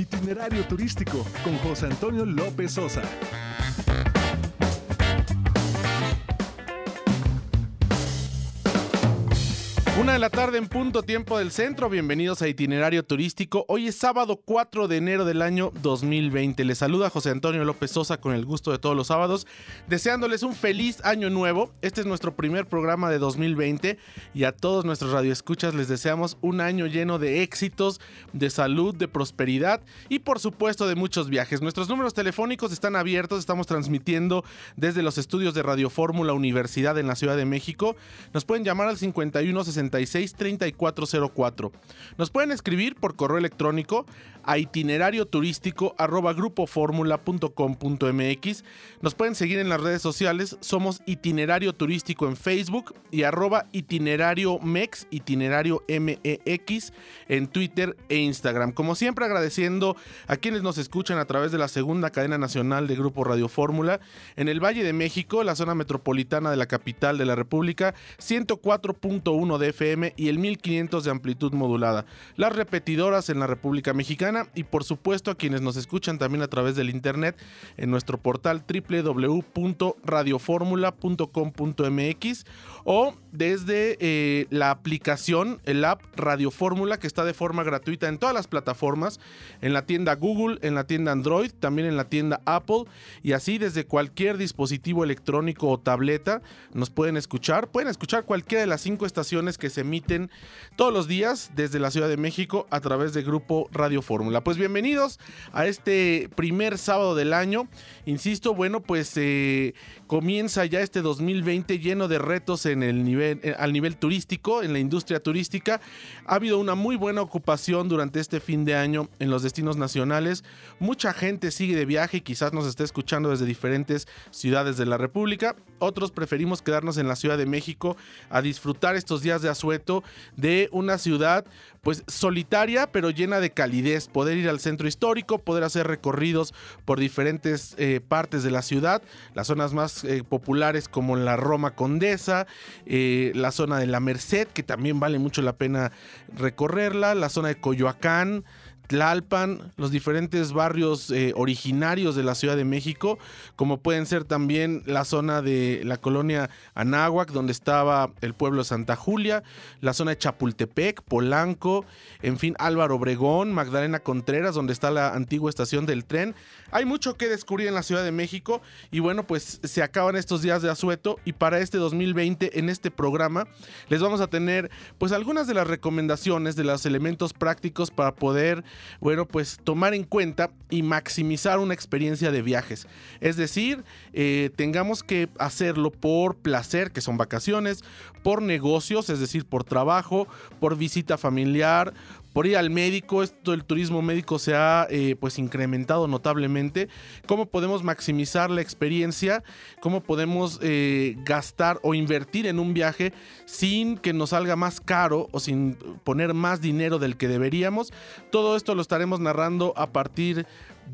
Itinerario turístico con José Antonio López Sosa. 1 de la tarde en punto, tiempo del centro. Bienvenidos a Itinerario Turístico. Hoy es sábado 4 de enero del año 2020. Les saluda José Antonio López Sosa con el gusto de todos los sábados, deseándoles un feliz año nuevo. Este es nuestro primer programa de 2020 y a todos nuestros radioescuchas les deseamos un año lleno de éxitos, de salud, de prosperidad y por supuesto de muchos viajes. Nuestros números telefónicos están abiertos, estamos transmitiendo desde los estudios de Radio Fórmula Universidad en la Ciudad de México. Nos pueden llamar al 5166-3404. Nos pueden escribir por correo electrónico a itinerarioturístico@grupoformula.com.mx. Nos pueden seguir en las redes sociales, somos Itinerario Turístico en Facebook y @itinerariomex, itinerario MEX en Twitter e Instagram. Como siempre, agradeciendo a quienes nos escuchan a través de la segunda cadena nacional de Grupo Radio Fórmula en el Valle de México, la zona metropolitana de la capital de la República, 104.1 de FM y el 1500 de amplitud modulada. Las repetidoras en la República Mexicana y por supuesto a quienes nos escuchan también a través del internet en nuestro portal www.radioformula.com.mx o desde la aplicación, el app Radio Fórmula, que está de forma gratuita en todas las plataformas, en la tienda Google, en la tienda Android, también en la tienda Apple, y así desde cualquier dispositivo electrónico o tableta nos pueden escuchar cualquiera de las 5 estaciones que se emiten todos los días desde la Ciudad de México a través de Grupo Radio Fórmula. Pues bienvenidos a este primer sábado del año. Insisto, bueno, pues comienza ya este 2020 lleno de retos en el al nivel turístico, en la industria turística. Ha habido una muy buena ocupación durante este fin de año en los destinos nacionales. Mucha gente sigue de viaje y quizás nos esté escuchando desde diferentes ciudades de la República. Otros preferimos quedarnos en la Ciudad de México a disfrutar estos días de asueto de una ciudad pues solitaria pero llena de calidez. Poder ir al centro histórico, poder hacer recorridos por diferentes partes de la ciudad, las zonas más populares como la Roma Condesa, la zona de la Merced, que también vale mucho la pena recorrerla, la zona de Coyoacán, Tlalpan, los diferentes barrios originarios de la Ciudad de México, como pueden ser también la zona de la colonia Anáhuac, donde estaba el pueblo de Santa Julia, la zona de Chapultepec, Polanco, en fin, Álvaro Obregón, Magdalena Contreras, donde está la antigua estación del tren. Hay mucho que descubrir en la Ciudad de México y bueno, pues se acaban estos días de asueto y para este 2020 en este programa les vamos a tener pues algunas de las recomendaciones de los elementos prácticos para poder, bueno, pues tomar en cuenta y maximizar una experiencia de viajes. Es decir, tengamos que hacerlo por placer, que son vacaciones, por negocios, es decir, por trabajo, por visita familiar, por ir al médico. Esto del turismo médico se ha pues incrementado notablemente. ¿Cómo podemos maximizar la experiencia? ¿Cómo podemos gastar o invertir en un viaje sin que nos salga más caro o sin poner más dinero del que deberíamos? Todo esto lo estaremos narrando a partir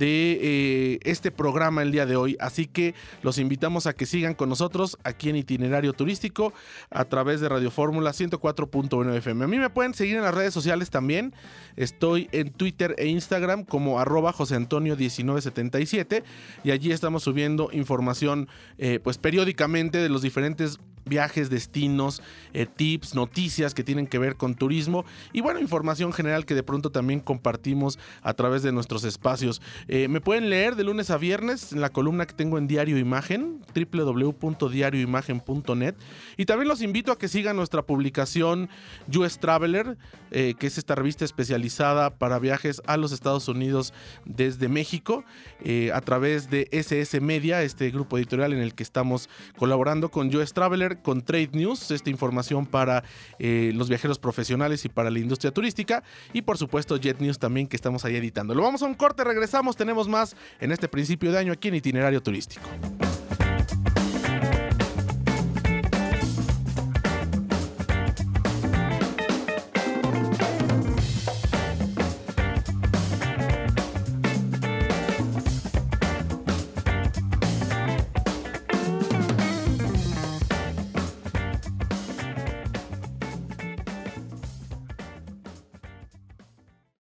de este programa el día de hoy, así que los invitamos a que sigan con nosotros aquí en Itinerario Turístico a través de Radio Fórmula 104.1 FM. A mí me pueden seguir en las redes sociales también. Estoy en Twitter e Instagram como @JoseAntonio1977 y allí estamos subiendo información pues periódicamente de los diferentes viajes, destinos, tips, noticias que tienen que ver con turismo y bueno, información general que de pronto también compartimos a través de nuestros espacios. Me pueden leer de lunes a viernes en la columna que tengo en Diario Imagen, www.diarioimagen.net, y también los invito a que sigan nuestra publicación US Traveler, que es esta revista especializada para viajes a los Estados Unidos desde México, a través de SS Media, este grupo editorial en el que estamos colaborando con US Traveler, con Trade News, esta información para los viajeros profesionales y para la industria turística, y por supuesto Jet News también, que estamos ahí editando. Lo vamos a un corte, regresamos, tenemos más en este principio de año aquí en Itinerario Turístico.